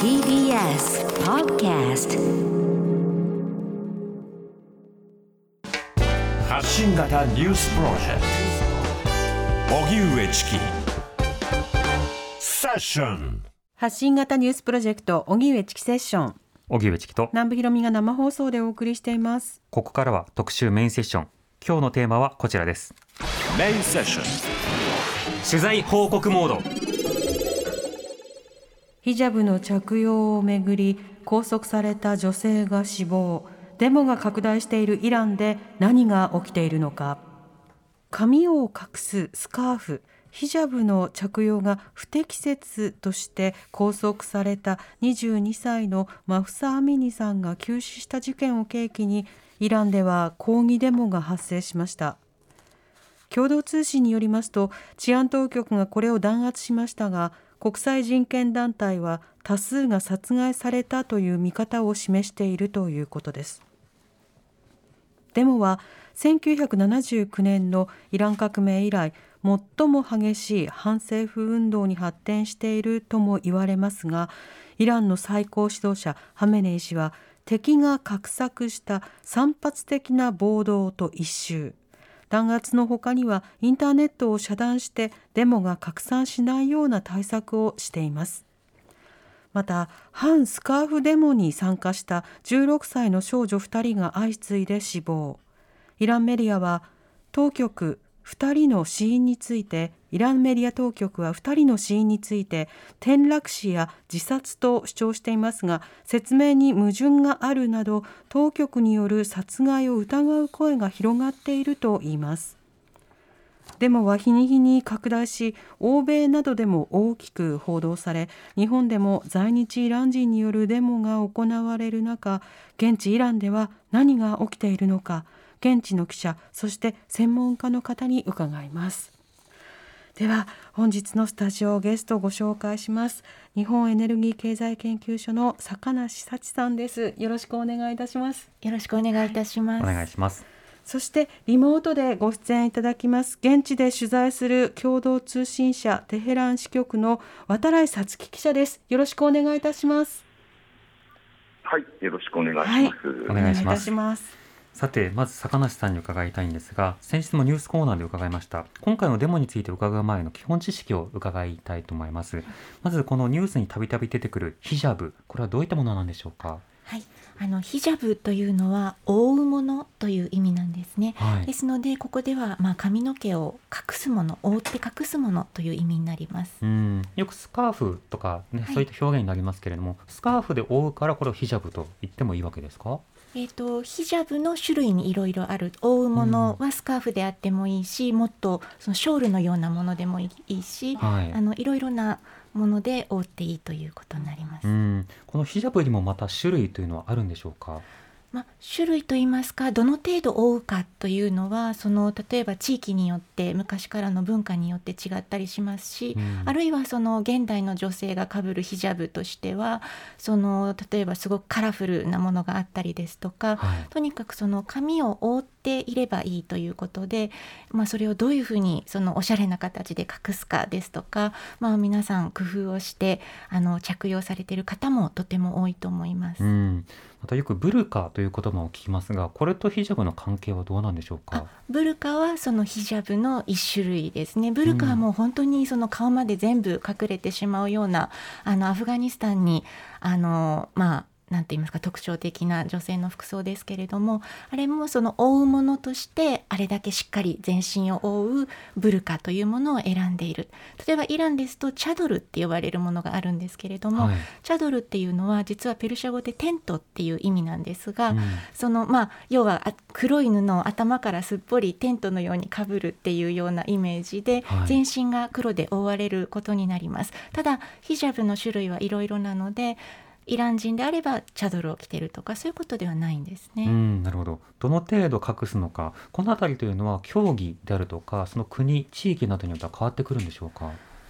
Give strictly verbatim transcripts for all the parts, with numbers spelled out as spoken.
ティービーエス Podcast 発信型ニュースプロジェクト荻上チキセッション。 発信型ニュースプロジェクト荻上チキセッション、 荻上チキと南部ひろみが生放送でお送りしています。 ここからは特集メインセッション。今日のテーマはこちらです。 メインセッション取材報告モード。 ヒジャブの着用をめぐり拘束された女性が死亡。デモが拡大しているイランで何が起きているのか。髪を隠すスカーフ、ヒジャブの着用が不適切として拘束されたにじゅうにさいのマフサ・アミニさんが急死した事件を契機に、イランでは抗議デモが発生しました。共同通信によりますと、治安当局がこれを弾圧しましたが、国際人権団体は多数が殺害されたという見方を示しているということです。デモはせんきゅうひゃくななじゅうきゅうねんのイラン革命以来最も激しい反政府運動に発展しているとも言われますが、イランの最高指導者ハメネイ師は敵が画策した散発的な暴動と一蹴、弾圧の他にはインターネットを遮断してデモが拡散しないような対策をしています。また反スカーフデモに参加したじゅうろくさいの少女ふたりが相次いで死亡。イランメディアは当局ふたりの死因についてイランメディア当局はふたりの死因について転落死や自殺と主張していますが、説明に矛盾があるなど当局による殺害を疑う声が広がっているといいます。デモは日に日に拡大し、欧米などでも大きく報道され、日本でも在日イラン人によるデモが行われる中、現地イランでは何が起きているのか、現地の記者、そして専門家の方に伺います。では本日のスタジオゲストをご紹介します。日本エネルギー経済研究所の坂梨幸さんです。よろしくお願いいたします。 よろしくお願いいたします。 お願いします。 そしてリモートでご出演いただきます、現地で取材する共同通信社テヘラン支局の渡来さつき記者です。よろしくお願いいたします。 はい、よろしくお願いします。はい、 お願いします。 お願いいたします。 さて、まず坂梨さんに伺いたいんですが、先日もニュースコーナーで伺いました今回のデモについて伺う前の基本知識を伺いたいと思います。まずこのニュースにたびたび出てくるヒジャブ、これはどういったものなんでしょうか。 はい、あのヒジャブというのは覆うものという意味なんですね。はい、ですのでここではまあ髪の毛を隠すもの、覆って隠すものという意味になります。 うん、よくスカーフとか、ね、はい、そういった表現になりますけれども、スカーフで覆うからこれをヒジャブと言ってもいいわけですか。 えーと、ヒジャブの種類にいろいろある。覆うものはスカーフであってもいいし、うん、もっとそのショールのようなものでもいいし、はい、あのいろいろなもので覆っていいということになります。 うん、このヒジャブにもまた種類というのはあるんでしょうか。 まあ、種類といいますか、どの程度覆うかというのはその例えば地域によって昔からの文化によって違ったりしますし、うん、あるいはその現代の女性がかぶるヒジャブとしてはその例えばすごくカラフルなものがあったりですとか、はい、とにかくその髪を覆っていればいいということで、まあ、それをどういうふうにそのおしゃれな形で隠すかですとか、まあ、皆さん工夫をしてあの着用されている方もとても多いと思います。 うん、またよくブルカという言葉を聞きますが、これとヒジャブの関係はどうなんでしょうか。 ブルカはそのヒジャブの一種類ですね。ブルカはもう本当にその顔まで全部隠れてしまうような、あのアフガニスタンにあのまあなんて言いますか、特徴的な女性の服装ですけれども、あれもその覆うものとしてあれだけしっかり全身を覆うブルカというものを選んでいる。例えばイランですとチャドルって呼ばれるものがあるんですけれども、はい、チャドルっていうのは実はペルシャ語でテントっていう意味なんですが、うん、そのまあ要は黒い布を頭からすっぽりテントのようにかぶるっていうようなイメージで、はい、全身が黒で覆われることになります。ただヒジャブの種類はいろいろなので、イラン人であればチャドルを着ているとかそういうことではないんですね。 うん、なるほど。どの程度隠すのか、このあたりというのは競技であるとかその国地域などによっては変わってくるんでしょうか。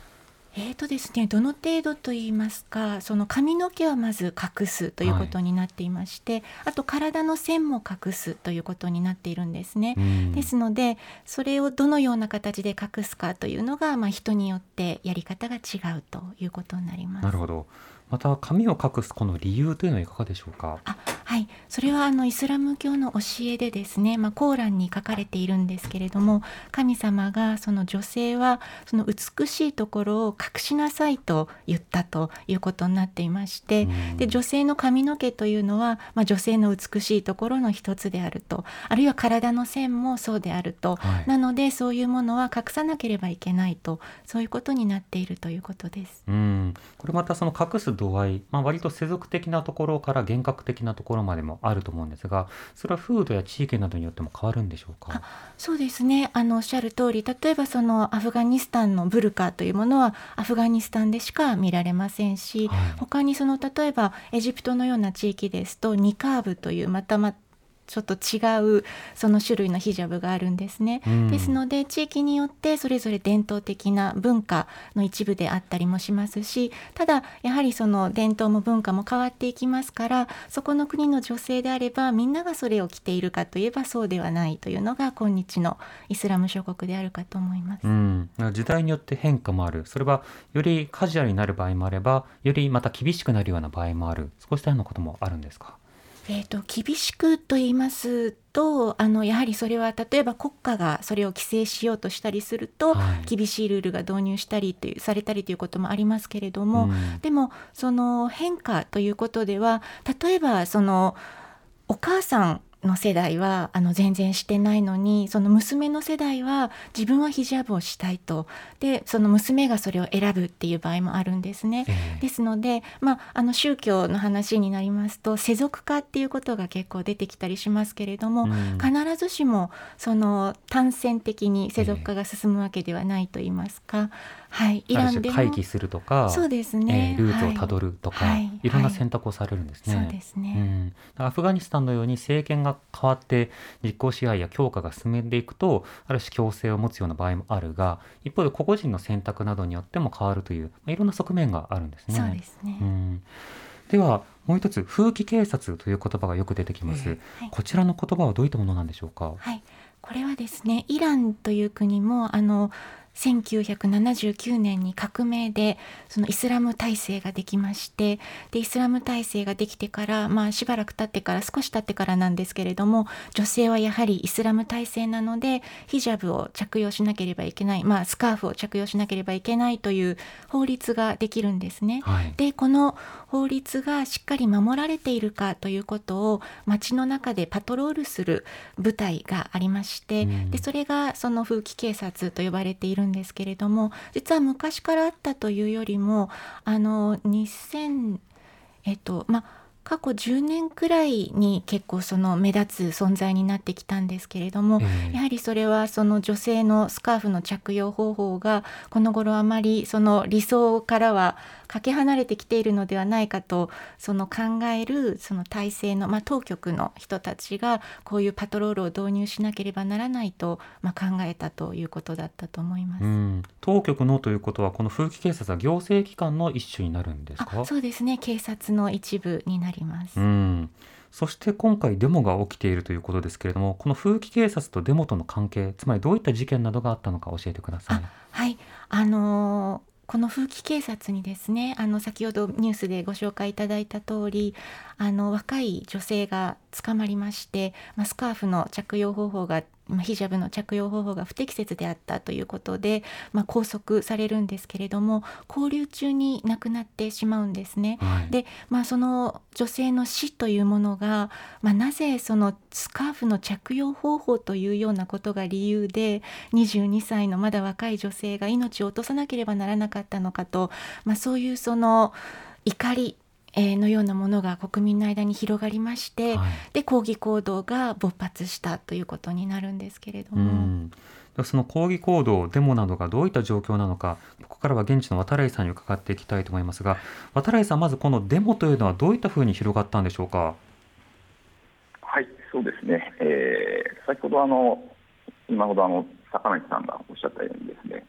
えーとですね、どの程度といいますか、その髪の毛はまず隠すということになっていまして、はい、あと体の線も隠すということになっているんですね。ですのでそれをどのような形で隠すかというのが、まあ、人によってやり方が違うということになります。 なるほど。また髪を隠すこの理由というのはいかがでしょうか。 あはい、それはあのイスラム教の教えでですね、まあ、コーランに書かれているんですけれども、神様がその女性はその美しいところを隠しなさいと言ったということになっていまして、で女性の髪の毛というのは、まあ、女性の美しいところの一つであると、あるいは体の線もそうであると、はい、なのでそういうものは隠さなければいけないと、そういうことになっているということです。 うんこれまたその隠す度合い、まあ、割と世俗的なところから厳格的なところまでもあると思うんですが、それは風土や地域などによっても変わるんでしょうか。 あそうですね、あのおっしゃる通り、例えばそのアフガニスタンのブルカというものはアフガニスタンでしか見られませんし、はい、他にその例えばエジプトのような地域ですとニカーブというまたまちょっと違うその種類のヒジャブがあるんですね、うん、ですので地域によってそれぞれ伝統的な文化の一部であったりもしますし、ただやはりその伝統も文化も変わっていきますから、そこの国の女性であればみんながそれを着ているかといえばそうではないというのが今日のイスラム諸国であるかと思います、 うん、時代によって変化もある。それはよりカジュアルになる場合もあれば、よりまた厳しくなるような場合もある。そうしたようなこともあるんですか。 えーと、厳しくと言いますと、あのやはりそれは例えば国家がそれを規制しようとしたりすると、はい、厳しいルールが導入したりというされたりということもありますけれども、うん、でもその変化ということでは、例えばそのお母さんの世代はあの全然してないのに、その娘の世代は自分はヒジャブをしたいと、でその娘がそれを選ぶっていう場合もあるんですね、えー、ですので、まあ、あの宗教の話になりますと世俗化っていうことが結構出てきたりしますけれども、うん、必ずしもその単線的に世俗化が進むわけではないといいますか、えーはい、イランでも回帰するとか、 そうですね、 えー、ルートをたどるとか、はい、いろんな選択をされるんですね、 はい、そうですね、 うん、アフガニスタンのように政権が変わって実効支配や強化が進んでいくと、ある種強制を持つような場合もあるが、一方で個々人の選択などによっても変わるという、まあ、いろんな側面があるんですね。 そうですね、 うん、ではもう一つ、風紀警察という言葉がよく出てきます、えーはい、こちらの言葉はどういったものなんでしょうか。 はい、これはですね、イランという国もあのせんきゅうひゃくななじゅうきゅうねんに革命でそのイスラム体制ができまして、でイスラム体制ができてから、まあ、しばらく経ってから少し経ってからなんですけれども、女性はやはりイスラム体制なのでヒジャブを着用しなければいけない、まあ、スカーフを着用しなければいけないという法律ができるんですね、はい、でこの法律がしっかり守られているかということを街の中でパトロールする部隊がありまして、うん、でそれがその風紀警察と呼ばれているんですけれども、実は昔からあったというよりもあのにせんえっとまあ過去じゅうねんくらいに結構その目立つ存在になってきたんですけれども、えー、やはりそれはその女性のスカーフの着用方法がこの頃あまりその理想からはかけ離れてきているのではないかと、その考えるその体制の、まあ、当局の人たちがこういうパトロールを導入しなければならないと、まあ、考えたということだったと思います。 うん、当局のということはこの風紀警察は行政機関の一種になるんですか。 あ、そうですね、警察の一部になります。 うん、そして今回デモが起きているということですけれども、この風紀警察とデモとの関係、つまりどういった事件などがあったのか教えてください。 あ、はい、あのーこの風紀警察にですね、あの先ほどニュースでご紹介いただいた通り、あの若い女性が捕まりまして、まあ、スカーフの着用方法がヒジャブの着用方法が不適切であったということで、まあ、拘束されるんですけれども、勾留中に亡くなってしまうんですね、はい、で、まあ、その女性の死というものが、まあ、なぜそのスカーフの着用方法というようなことが理由でにじゅうにさいのまだ若い女性が命を落とさなければならなかったのかと、まあ、そういうその怒りのようなものが国民の間に広がりまして、はい、で抗議行動が勃発したということになるんですけれども、 うんその抗議行動、デモなどがどういった状況なのか、ここからは現地の渡来さんに伺っていきたいと思いますが、渡来さん、まずこのデモというのはどういったふうに広がったんでしょうか。 はい、そうですね、えー、先ほどあの今ほどあの坂梨さんがおっしゃったようにですね、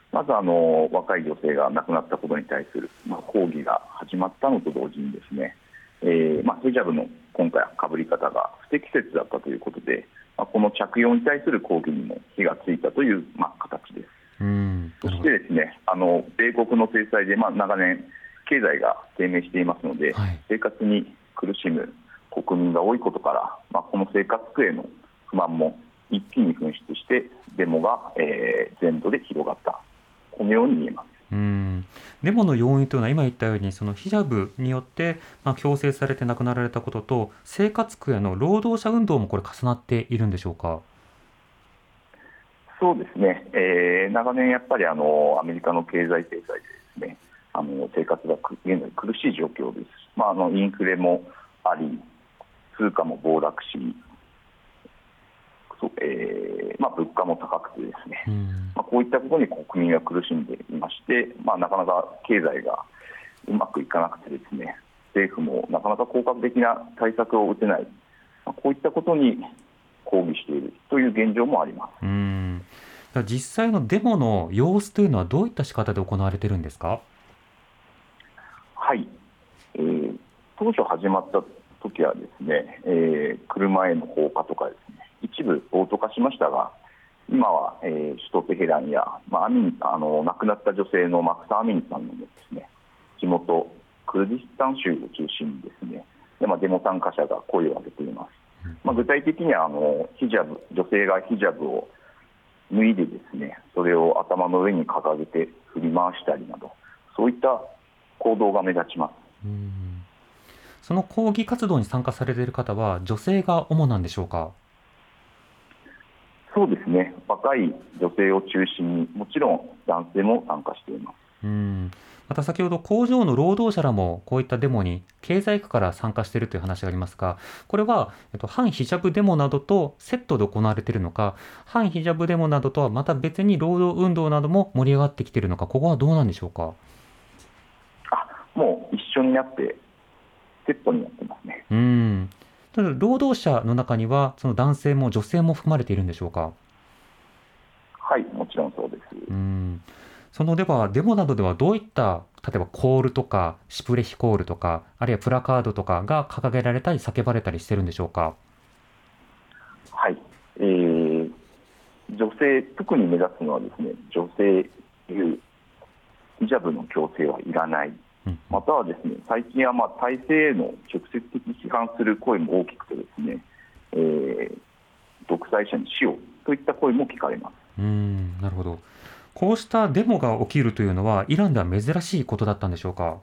まずあの若い女性が亡くなったことに対する、まあ、抗議が始まったのと同時にですね、えーまあ、ヒジャブの今回はかぶり方が不適切だったということで、まあ、この着用に対する抗議にも火がついたという、まあ、形です。 うんそしてですね、あの米国の制裁で、まあ、長年経済が低迷していますので、 はい、 生活に苦しむ国民が多いことから、まあ、この生活苦への不満も一気に噴出してデモが、えー、全土で広がった、このように見えます。 うんデモの要因というのは今言ったようにそのヒジャブによって、まあ、強制されて亡くなられたことと生活苦への労働者運動もこれ重なっているんでしょうか。 そうですね、えー、長年やっぱりあのアメリカの経済制裁でですね、あの生活が現在苦しい状況です。まあ、あのインフレもあり通貨も暴落し、そえーまあ、物価も高くてですね、 うんまあ、こういったことに国民は苦しんでいまして、まあ、なかなか経済がうまくいかなくてですね、政府もなかなか効果的な対策を打てない、まあ、こういったことに抗議しているという現状もあります。 うん実際のデモの様子というのはどういった仕方で行われているんですか。 はい、えー、当初始まった時はですね、えー、車への放火とかですね、一部暴徒化しましたが、今は、えー、首都テヘランや、まあ、アミニあの亡くなった女性のマクサ・アミニさんのですね、地元クルディスタン州を中心にですね、で、まあ、デモ参加者が声を上げています。まあ、具体的にはあのヒジャブ女性がヒジャブを脱いでですね、それを頭の上に掲げて振り回したりなど、そういった行動が目立ちます。 うんその抗議活動に参加されている方は女性が主なんでしょうか。 そうですね、若い女性を中心にもちろん男性も参加しています。 うんまた先ほど工場の労働者らもこういったデモに経済区から参加しているという話がありますが、これは、えっと、反ヒジャブデモなどとセットで行われているのか、反ヒジャブデモなどとはまた別に労働運動なども盛り上がってきているのか、ここはどうなんでしょうか。 あもう一緒になってセットになってますね。 うんただ労働者の中にはその男性も女性も含まれているんでしょうか。 はい、もちろんそうです。 うんそのではデモなどではどういった例えばコールとかシュプレヒコールとかあるいはプラカードとかが掲げられたり叫ばれたりしてるんでしょうか。 はい、えー、女性特に目立つのはですね、女性いうヒジャブの強制はいらない、 うん、 またはですね、最近はまあ体制への直接的批判する声も大きくてですね、えー、独裁者に死をといった声も聞かれます。 うーんなるほど。こうしたデモが起きるというのはイランでは珍しいことだったんでしょうか。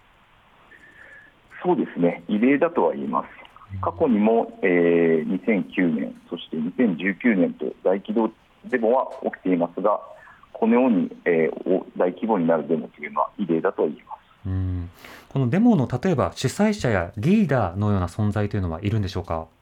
そうですね、異例だとは言います。過去にも、えー、にせんきゅうねんそしてにせんじゅうきゅうねんと大規模デモは起きていますが、このように、えー、大規模になるデモというのは異例だと言います。 うんこのデモの例えば主催者やリーダーのような存在というのはいるんでしょうか。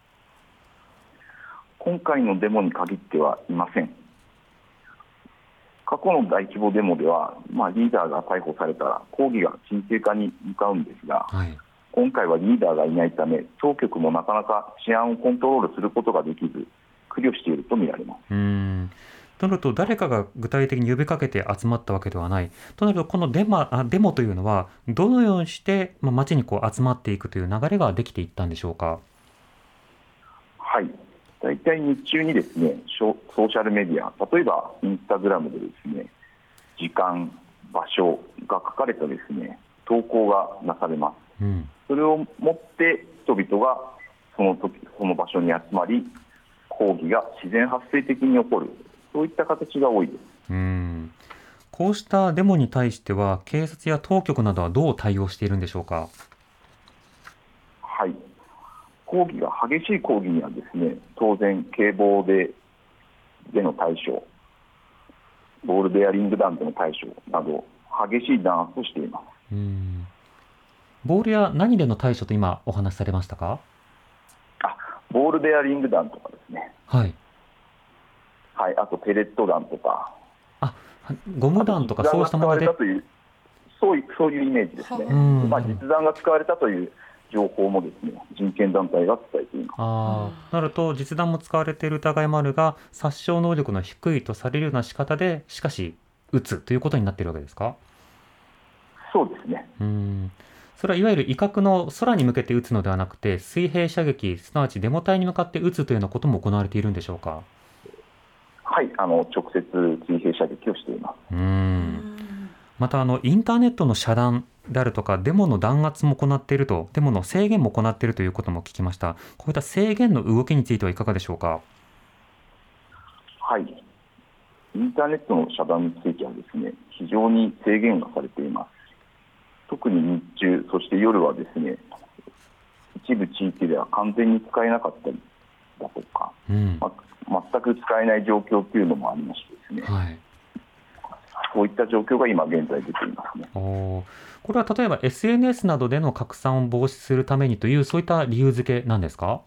今回のデモに限ってはいません。過去の大規模デモでは、まあ、リーダーが逮捕されたら抗議が沈静化に向かうんですが、 はい、 今回はリーダーがいないため当局もなかなか治安をコントロールすることができず苦慮しているとみられます。 うーんとなると誰かが具体的に呼びかけて集まったわけではないとなると、このデモ、あデモというのはどのようにして、まあ、街にこう集まっていくという流れができていったんでしょうか。 はい、大体日中にですね、ソーシャルメディア、例えばインスタグラムでですね、時間、場所が書かれたですね、投稿がなされます。うん、それをもって人々がその時その場所に集まり、抗議が自然発生的に起こる、そういった形が多いです。 うんこうしたデモに対しては警察や当局などはどう対応しているんでしょうか。 はい、抗議が激しい抗議にはですね、当然警棒ででの対処、ボールベアリング弾での対処など激しい弾圧をしています。 うんボールや何での対処と今お話しされましたか。 あボールベアリング弾とかですね、 はいはい、あとペレット弾とか、 あゴム弾とかそうしたもので、 そういう、そういうイメージですね。まあ、実弾が使われたという情報もですね、人権団体が伝えています。 あなると実弾も使われている疑いもあるが、殺傷能力の低いとされるような仕方でしかし撃つということになっているわけですか？ そうですね。 うーんそれはいわゆる威嚇の空に向けて撃つのではなくて、水平射撃、すなわちデモ隊に向かって撃つというようなことも行われているんでしょうか？ はい、あの直接水平射撃をしています。 うーんまたあのインターネットの遮断であるとか、デモの弾圧も行っていると、デモの制限も行っているということも聞きました。こういった制限の動きについてはいかがでしょうか？ はい、インターネットの遮断についてはですね、非常に制限がされています。特に日中、そして夜はですね、一部地域では完全に使えなかったりだとか、 うんま、全く使えない状況というのもありましてですね、 はい、 こういった状況が今現在出ていますね。 おこれは例えば エスエヌエス などでの拡散を防止するためにという、そういった理由付けなんですか？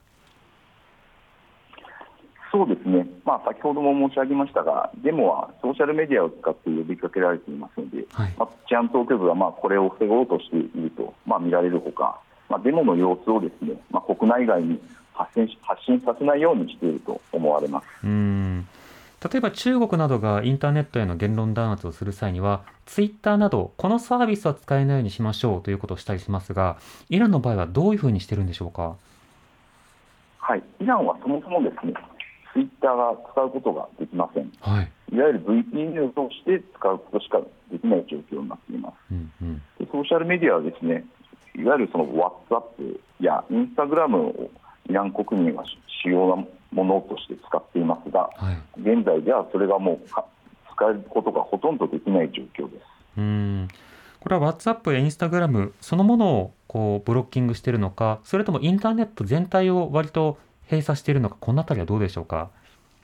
そうですね、まあ、先ほども申し上げましたが、デモはソーシャルメディアを使って呼びかけられていますので、 はいまあ、治安当局がまあこれを防ごうとしていると、まあ、見られるほか、まあ、デモの様子をですね、まあ、国内外に発信し、発信させないようにしていると思われます。 うーん例えば中国などがインターネットへの言論弾圧をする際には、ツイッターなどこのサービスは使えないようにしましょうということをしたりしますが、イランの場合はどういうふうにしてるんでしょうか？ はい、イランはそもそもですね、ツイッターが使うことができません。 はいいわゆる ブイピーエヌ を通して使うことしかできない状況になっています。 うんうんでソーシャルメディアはですね、いわゆるその WhatsApp や Instagram をイラン国民は主要なものとして使っていますが、 はい現在ではそれがもうか使えることがほとんどできない状況です。 うーんこれは WhatsApp や Instagram そのものをこうブロッキングしているのか、それともインターネット全体を割と閉鎖しているのか、このあたりはどうでしょうか？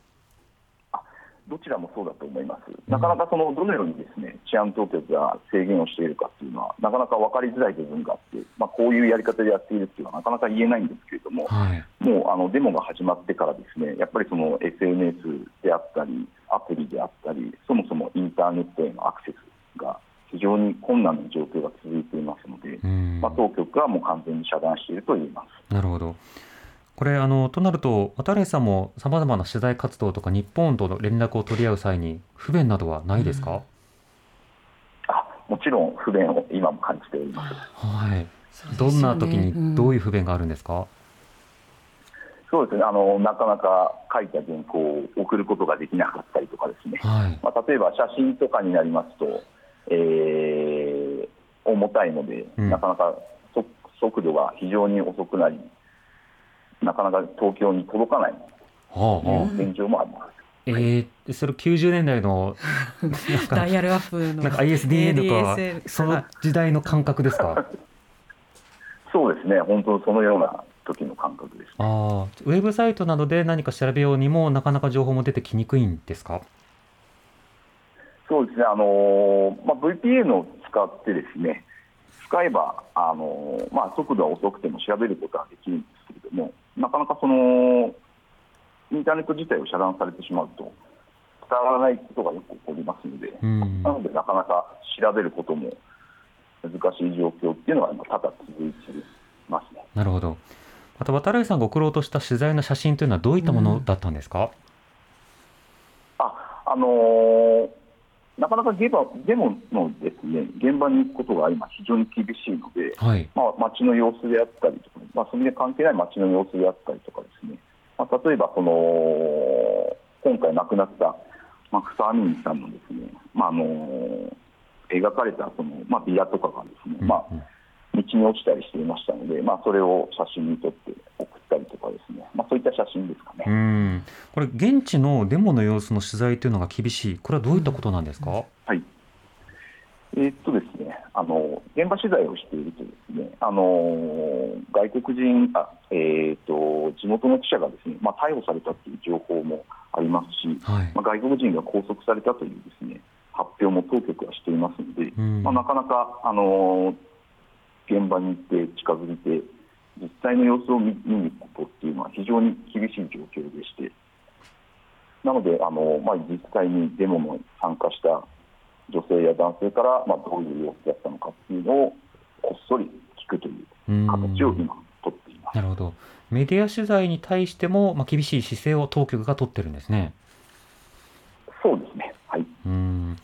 どちらもそうだと思います。なかなかそのどのようにですね、治安当局が制限をしているかというのはなかなか分かりづらい部分があって、まあ、こういうやり方でやっているというのはなかなか言えないんですけれども、 はい、 もうあのデモが始まってからですね、やっぱりその エスエヌエス であったりアプリであったり、そもそもインターネットへのアクセスが非常に困難な状況が続いていますので、 うんまあ、当局はもう完全に遮断していると言えます。 なるほど。これあのとなると、渡来さんもさまざまな取材活動とか日本との連絡を取り合う際に不便などはないですか？うん、 あもちろん不便を今も感じております。 はい、 そうですよね。 どんな時にどういう不便があるんですか？うん、 そうですね、あのなかなか書いた原稿を送ることができなかったりとかですね、 はいまあ、例えば写真とかになりますと、えー、重たいので、 うん、ななかなか速度が非常に遅くなり、なかなか東京に届かないという現状もあります。 えー、それきゅうじゅうねんだいのなんかダイヤルアップのなんか アイエスディーエヌ とかエーディーエスエルその時代の感覚ですか？ そうですね、本当そのような時の感覚です、ね、 あウェブサイトなどで何か調べようにもなかなか情報も出てきにくいんですか？ そうですね、あのまあ、ブイピーエヌ を使ってですね、使えばあの、まあ、速度は遅くても調べることはできるんですけれども、なかなかそのインターネット自体を遮断されてしまうと伝わらないことがよく起こりますので、 うん、 なのでなかなか調べることも難しい状況っていうのは多々続いていますね。 なるほど。また渡来さんが送ろうとした取材の写真というのはどういったものだったんですか？うん、 あ、あのー、なかなかデモのですね、現場に行くことが今非常に厳しいので、 はい、 まあ、街の様子であったりとか、まあ、それで関係ない街の様子であったりとかですね、まあ、例えばその今回亡くなった、まあ、フサ・アミニさんのですね、まああのー、描かれたその、まあ、ビラとかがですね、 うんうん、 まあ、道に落ちたりしていましたので、まあ、それを写真に撮って送ったりとかですね、まあ、そういった写真ですかね。 うん、これ現地のデモの様子の取材というのが厳しい、これはどういったことなんですか？うん、 はい、えーっとですね、あの現場取材をしているとですね、あの外国人あ、えーっと地元の記者がですね、まあ、逮捕されたという情報もありますし、 はい、 まあ、外国人が拘束されたというですね発表も当局はしていますので、 うん、 まあ、なかなかあの現場に行って近づいて実際の様子を見に行くことっていうのは非常に厳しい状況でして、なのであの、まあ、実際にデモに参加した女性や男性から、まあ、どういう様子だったのかっていうのをこっそり聞くという形を今取っています。 なるほど。メディア取材に対しても、まあ、厳しい姿勢を当局が取ってるんですね。 そうですね、はい。 うん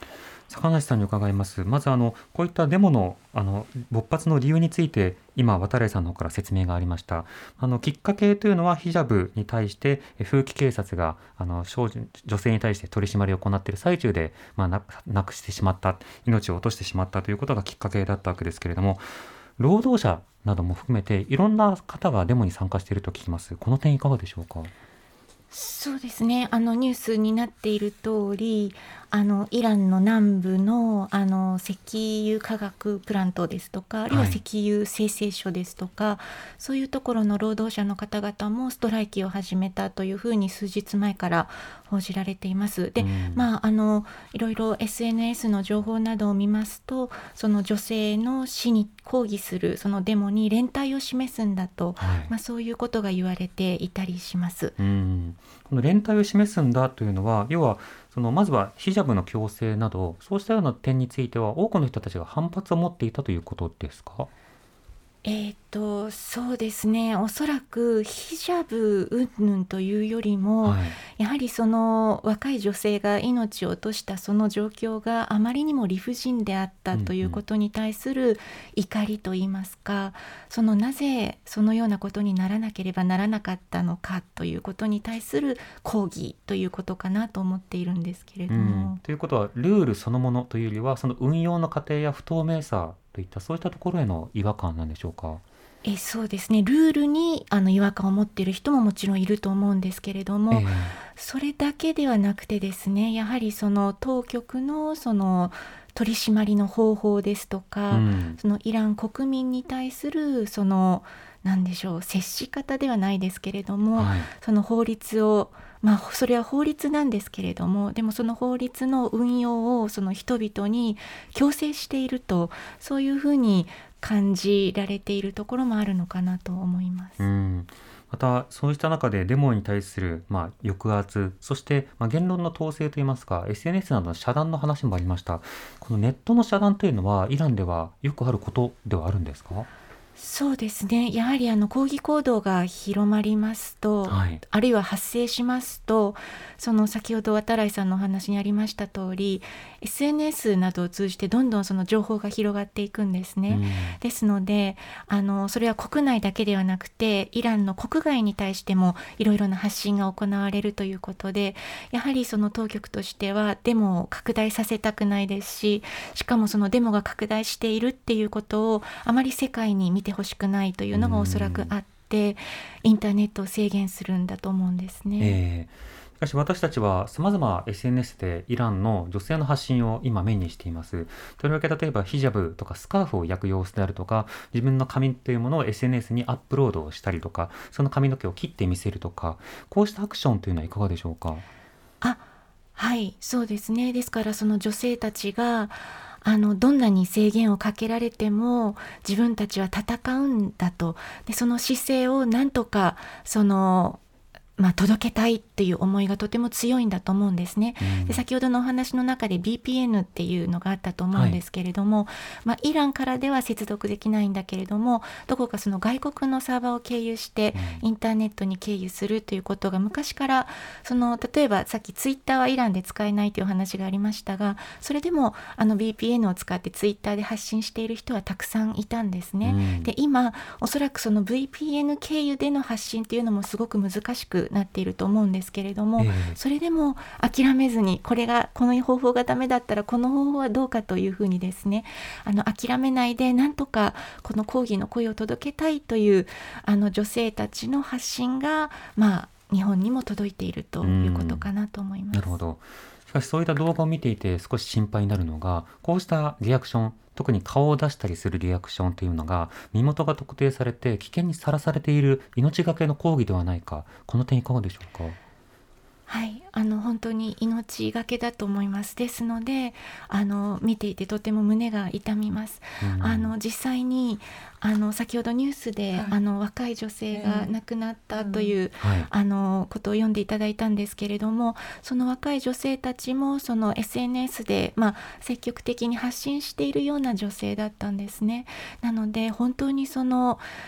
坂梨さんに伺います。まずあのこういったデモのあの勃発の理由について今渡来さんの方から説明がありました。あのきっかけというのはヒジャブに対して風紀警察があの少女女性に対して取り締まりを行っている最中で、まあ、な, なくしてしまった命を落としてしまったということがきっかけだったわけですけれども、労働者なども含めていろんな方がデモに参加していると聞きます。この点いかがでしょうか。 そうですね、あのニュースになっている通り、あのイランの南部 の, あの石油化学プラントですとか、あるいは石油精製所ですとか、はい、そういうところの労働者の方々もストライキを始めたというふうに数日前から報じられています。で、うん、まあ、あのいろいろ エスエヌエス の情報などを見ますと、その女性の死に抗議するそのデモに連帯を示すんだと、はい、まあ、そういうことが言われていたりします。 うん、この連帯を示すんだというのは、要はそのまずはヒジャブの強制などそうしたような点については多くの人たちが反発を持っていたということですか。 えーと、そうですね、おそらくヒジャブ云々というよりも、はい、やはりその若い女性が命を落としたその状況があまりにも理不尽であったということに対する怒りといいますか、うんうん、そのなぜそのようなことにならなければならなかったのかということに対する抗議ということかなと思っているんですけれども、 うん、ということはルールそのものというよりはその運用の過程や不透明さといったそういったところへの違和感なんでしょうか。 えそうですね、ルールにあの違和感を持っている人ももちろんいると思うんですけれども、えー、それだけではなくてですね、やはりその当局のその取り締まりの方法ですとか、うん、そのイラン国民に対するその何でしょう、接し方ではないですけれども、はい、その法律をまあ、それは法律なんですけれども、でもその法律の運用をその人々に強制していると、そういうふうに感じられているところもあるのかなと思います。 うん、またそうした中でデモに対する、まあ、抑圧、そして、まあ、言論の統制といいますか エスエヌエス などの遮断の話もありました。このネットの遮断というのはイランではよくあることではあるんですか。 そうですね、やはりあの抗議行動が広まりますと、はい、あるいは発生しますと、その先ほど渡来さんのお話にありました通り エスエヌエス などを通じてどんどんその情報が広がっていくんですね、うん、ですのであのそれは国内だけではなくてイランの国外に対してもいろいろな発信が行われるということで、やはりその当局としてはデモを拡大させたくないですし、しかもそのデモが拡大しているっていうことをあまり世界に見てほしくないというのがおそらくあって、インターネットを制限するんだと思うんですね。 えー、しかし私たちはさまざま エスエヌエス でイランの女性の発信を今目にしています。とりわけ例えばヒジャブとかスカーフを焼く様子であるとか、自分の髪というものを エスエヌエス にアップロードをしたりとか、その髪の毛を切ってみせるとか、こうしたアクションというのはいかがでしょうか。 あ、はい、そうですね。ですからその女性たちがあのどんなに制限をかけられても自分たちは戦うんだと、でその姿勢をなんとかそのまあ、届けたいっていう思いがとても強いんだと思うんですね、うん、で先ほどのお話の中で ブイピーエヌ っていうのがあったと思うんですけれども、はい、まあ、イランからでは接続できないんだけれども、どこかその外国のサーバーを経由してインターネットに経由するということが昔からその例えばさっきツイッターはイランで使えないという話がありましたが、それでもあの ブイピーエヌ を使ってツイッターで発信している人はたくさんいたんですね、うん、で今おそらくその ブイピーエヌ 経由での発信っていうのもすごく難しくなっていると思うんですけれども、えー、それでも諦めずにこれがこの方法がダメだったらこの方法はどうかというふうにですね、あの諦めないでなんとかこの抗議の声を届けたいというあの女性たちの発信が、まあ、日本にも届いているということかなと思います。 なるほど。しかしそういった動画を見ていて少し心配になるのが、こうしたリアクション、特に顔を出したりするリアクションというのが身元が特定されて危険にさらされている命がけの抗議ではないか、この点いかがでしょうか。 はい、あの本当に命がけだと思います。ですのであの見ていてとても胸が痛みます。うん、あの実際にあの先ほどニュースで、はい、あの若い女性が亡くなったという、うんはい、あのことを読んでいただいたんですけれども、その若い女性たちもその エスエヌエス で、まあ、積極的に発信しているような女性だったんですね。なので本当にその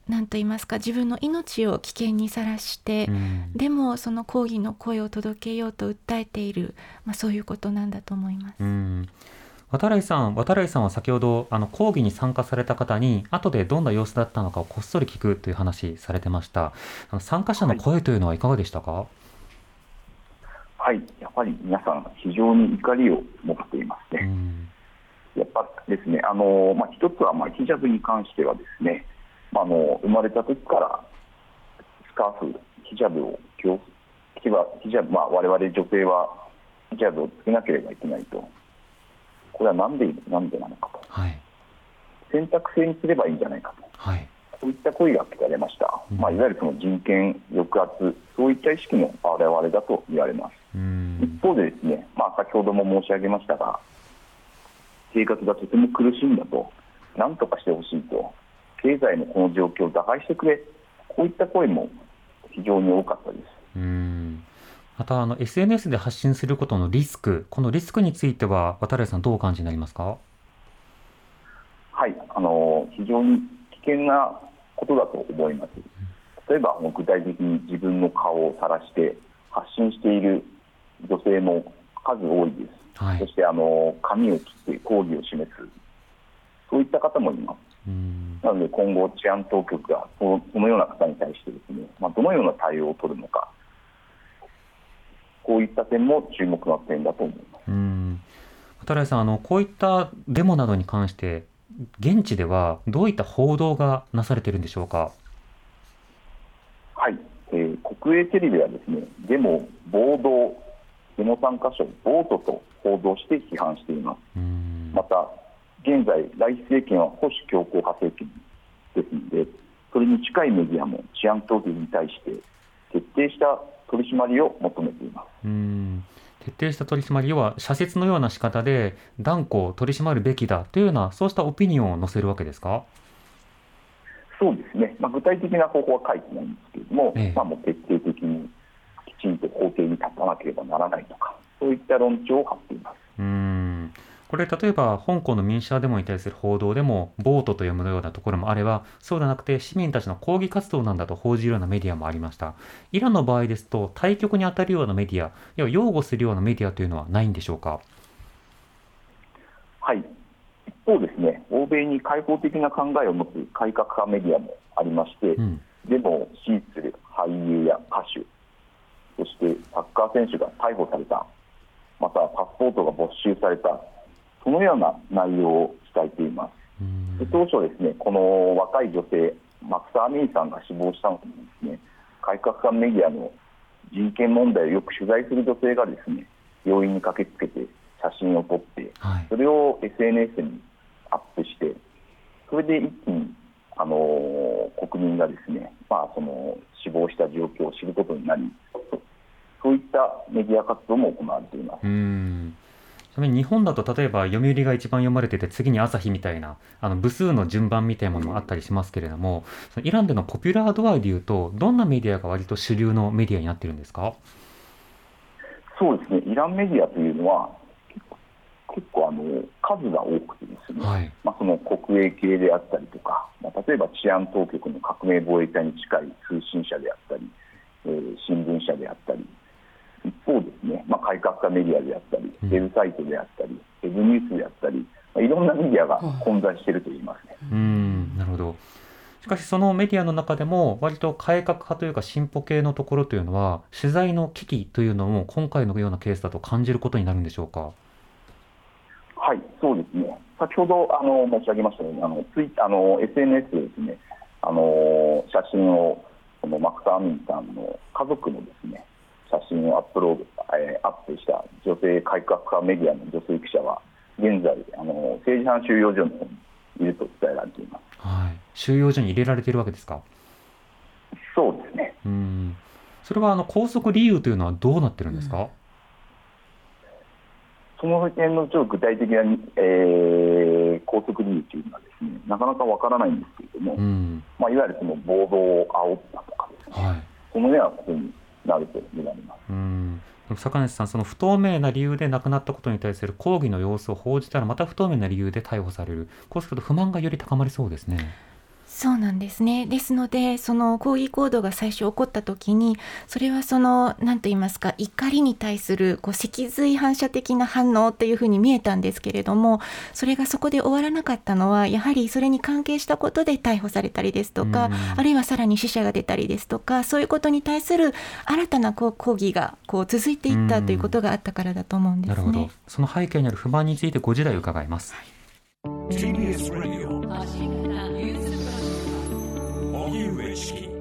何と言いますか、自分の命を危険にさらして、うん、でもその抗議の声を届けようと訴えている、まあ、そういうことなんだと思います。 うん、渡来さん、渡来さんは先ほどあの抗議に参加された方に後でどんな様子だったのかをこっそり聞くという話されてました。あの参加者の声というのはいかがでしたか？ はいはい、やっぱり皆さん非常に怒りを持っていますね。うん、やっぱですね、あの、まあ、一つはまあヒジャブに関してはですね、まあ、あの生まれた時からスカーフ、ヒジャブを着けば、ヒジャブ、まあ、我々女性はヒジャブをつけなければいけないと、これはなんでなんでなのかと、はい、選択制にすればいいんじゃないかと、はい、そういった声が聞かれました。うん、まあ、いわゆるその人権抑圧、そういった意識の表れだと言われます。うん、一方でですね、まあ、先ほども申し上げましたが、生活がとても苦しいんだと、なんとかしてほしいと、経済のこの状況を打開してくれ、こういった声も非常に多かったです。 うん、またあの エスエヌエス で発信することのリスク、このリスクについては渡来さんどうお感じになりますか？ はい、あの非常に危険なことだと思います。例えば具体的に自分の顔を晒して発信している女性も数多いです。はい、そしてあの髪を切って抗議を示す、そういった方もいます。うん、なので今後治安当局がその、そのような方に対してですね、まあ、どのような対応を取るのか、こういった点も注目の点だと思います。 うん、渡来さん、あのこういったデモなどに関して現地ではどういった報道がなされているんでしょうか？ はい、えー、国営テレビはですね、デモ、暴動、デモ参加者を暴徒と報道して批判しています。うん、また現在ライシ政権は保守強硬派政権ですので、それに近いメディアも治安当局に対して徹底した取り締まりを求めています。 うん、徹底した取り締まり、要は社説のような仕方で断固取り締まるべきだというような、そうしたオピニオンを載せるわけですか？ そうですね、まあ、具体的な方法は書いてないんですけれども、ええ、まあ、もう徹底的にきちんと法廷に立たなければならないとか、そういった論調を張っています。 うーん、これ例えば香港の民主派デモに対する報道でも暴徒と読むようなところもあれば、そうではなくて市民たちの抗議活動なんだと報じるようなメディアもありました。イランの場合ですと対極に当たるようなメディア、要は擁護するようなメディアというのはないんでしょうか？ はい、一方ですね、欧米に開放的な考えを持つ改革派メディアもありまして、うん、デモを支持する俳優や歌手、そしてサッカー選手が逮捕された、またパスポートが没収された、そのような内容を伝えています。で当初ですね、この若い女性マクサー・アミンさんが死亡したのにですね、改革派メディアの人権問題をよく取材する女性がですね、病院に駆けつけて写真を撮って、はい、それを エスエヌエス にアップして、それで一気にあの国民がですね、まあ、その死亡した状況を知ることになり、そういったメディア活動も行われています。 うーん、ちなみに日本だと例えば読売が一番読まれてて次に朝日みたいなあの部数の順番みたいなものもあったりしますけれども、そのイランでのポピュラー度合いでいうとどんなメディアが割と主流のメディアになっているんですか？ そうですね、イランメディアというのは結構あの数が多くてですね、はい、まあ、その国営系であったりとか、まあ、例えば治安当局の革命防衛隊に近い通信社であったり、えー、新聞社であったり、一方ですね、まあ、改革派メディアであったり、ウェブサイトであったり、ウェブニュースであったり、まあ、いろんなメディアが混在しているといいますね。 うーん、なるほど。しかしそのメディアの中でも割と改革派というか進歩系のところというのは取材の危機というのも今回のようなケースだと感じることになるんでしょうか？ はい、そうですね。先ほどあの申し上げましたように、あのツイあの エスエヌエス でですね、あの写真をこのマクサー・アミンさんの家族のですね写真をアップロード、えー、アップした女性改革派メディアの女性記者は現在あの政治犯収容所の方にいると伝えられています。 はい、収容所に入れられているわけですか？ そうですね。 うーん、それはあの拘束理由というのはどうなってるんですか？うん、 その辺のちょっと具体的な、えー、拘束理由というのはですね、なかなかわからないんですけれども、うん、まあ、いわゆるその暴動を煽ったとかですね、はい、そのようなことになると見られます。 うん、坂根さん、その不透明な理由で亡くなったことに対する抗議の様子を報じたらまた不透明な理由で逮捕される、こうすると不満がより高まりそうですね。 そうなんですね。ですのでその抗議行動が最初起こった時に、それはその何と言いますか、怒りに対するこう脊髄反射的な反応っていうふうに見えたんですけれども、それがそこで終わらなかったのは、やはりそれに関係したことで逮捕されたりですとか、あるいはさらに死者が出たりですとか、そういうことに対する新たなこう抗議がこう続いていったということがあったからだと思うんですね。 なるほど。その背景にある不満についてごじ台伺います。 ティービーエス Radio 荻上チキ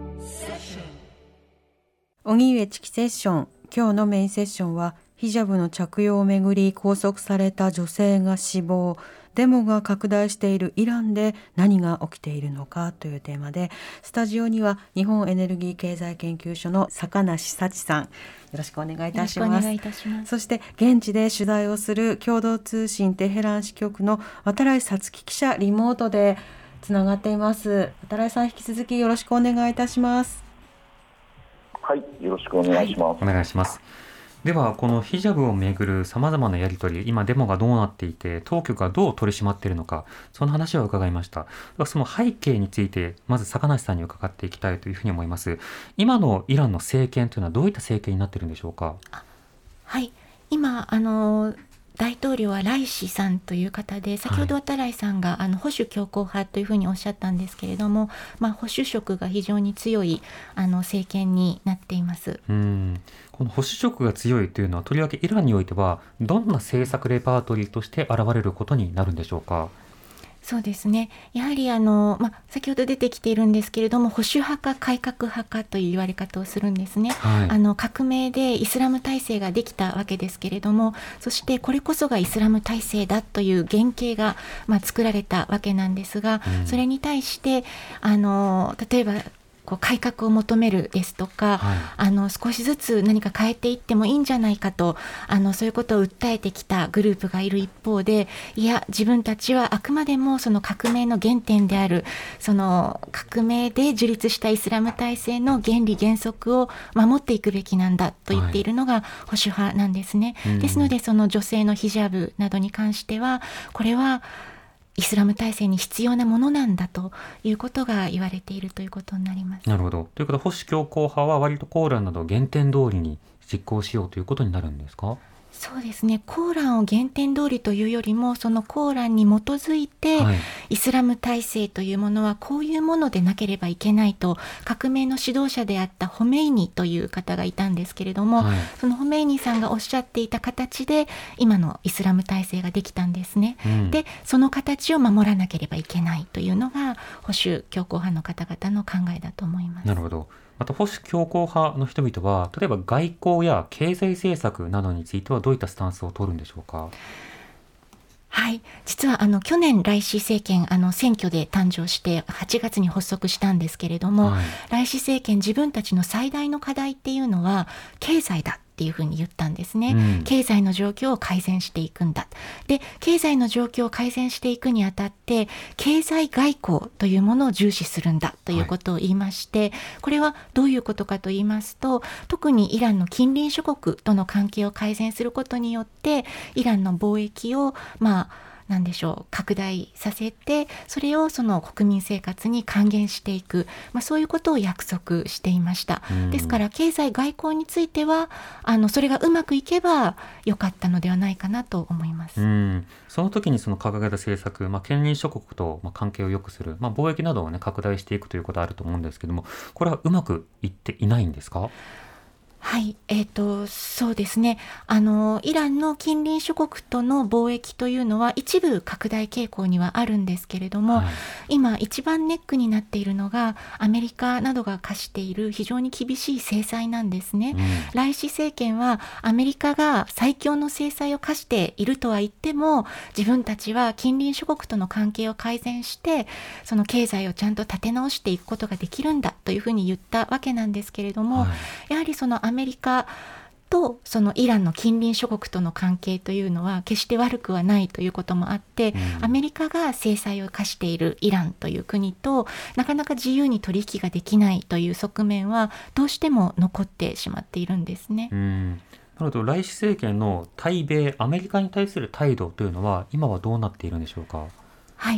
荻上チキセッション。今日のメインセッションはヒジャブの着用をめぐり拘束された女性が死亡、デモが拡大しているイランで何が起きているのかというテーマで、スタジオには日本エネルギー経済研究所の坂梨幸さん、よろしくお願いいたします。 よろしくお願いいたします。 そして現地で取材をする共同通信テヘラン支局の渡来さつき記者、リモートでつながっています。渡来さん、引き続きよろしくお願いいたします。 はい、よろしくお願いします。 お願いします。ではこのヒジャブをめぐるさまざまなやり取り、今デモがどうなっていて当局がどう取り締まっているのか、その話を伺いました。その背景についてまず坂梨さんに伺っていきたいというふうに思います。今のイランの政権というのはどういった政権になっているんでしょうか。 はい、今あの大統領はライシさんという方で、先ほど渡来さんが、はい、あの保守強硬派というふうにおっしゃったんですけれども、まあ、保守色が非常に強いあの政権になっています。 うん、この保守色が強いというのは、とりわけイランにおいてはどんな政策レパートリーとして現れることになるんでしょうか。 そうですね、やはりあの、ま、先ほど出てきているんですけれども、保守派か改革派かという言われ方をするんですね、はい、あの革命でイスラム体制ができたわけですけれども、そしてこれこそがイスラム体制だという原型が、まあ、作られたわけなんですが、うん、それに対してあの例えばこう改革を求めるですとか、はい、あの少しずつ何か変えていってもいいんじゃないかと、あのそういうことを訴えてきたグループがいる一方で、いや自分たちはあくまでもその革命の原点であるその革命で樹立したイスラム体制の原理原則を守っていくべきなんだと言っているのが保守派なんですね、はい、ですのでその女性のヒジャブなどに関しては、これはイスラム体制に必要なものなんだということが言われているということになります。 なるほど。ということは保守強硬派は割とコーランなど原点通りに実行しようということになるんですか。 そうですね、コーランを原点通りというよりも、そのコーランに基づいて、はい、イスラム体制というものはこういうものでなければいけないと、革命の指導者であったホメイニという方がいたんですけれども、はい、そのホメイニさんがおっしゃっていた形で今のイスラム体制ができたんですね、うん、でその形を守らなければいけないというのが保守強硬派の方々の考えだと思います。 なるほど。また保守強硬派の人々は、例えば外交や経済政策などについてはどういったスタンスを取るんでしょうか。 はい、実はあの去年ライシ政権あの選挙で誕生してはちがつに発足したんですけれども、はい、ライシ政権自分たちの最大の課題っていうのは経済だっていうふうに言ったんですね、うん、経済の状況を改善していくんだ。で経済の状況を改善していくにあたって経済外交というものを重視するんだということを言いまして、はい、これはどういうことかと言いますと、特にイランの近隣諸国との関係を改善することによってイランの貿易をまあなんでしょう拡大させて、それをその国民生活に還元していく、まあ、そういうことを約束していました。ですから経済外交についてはあのそれがうまくいけば良かったのではないかなと思います。 うん、その時にその掲げた政策、まあ、近隣諸国とまあ関係を良くする、まあ、貿易などを、ね、拡大していくということはあると思うんですけども、これはうまくいっていないんですか。 はい、えーと、そうですね、あのイランの近隣諸国との貿易というのは一部拡大傾向にはあるんですけれども、はい、今一番ネックになっているのがアメリカなどが課している非常に厳しい制裁なんですね、うん、ライシ政権はアメリカが最強の制裁を課しているとは言っても、自分たちは近隣諸国との関係を改善してその経済をちゃんと立て直していくことができるんだというふうに言ったわけなんですけれども、はい、やはりそのアメリカとそのイランの近隣諸国との関係というのは決して悪くはないということもあって、うん、アメリカが制裁を科しているイランという国となかなか自由に取引ができないという側面はどうしても残ってしまっているんですね。 うん、なるほど。ライシ政権の対米アメリカに対する態度というのは今はどうなっているんでしょうか。 はい、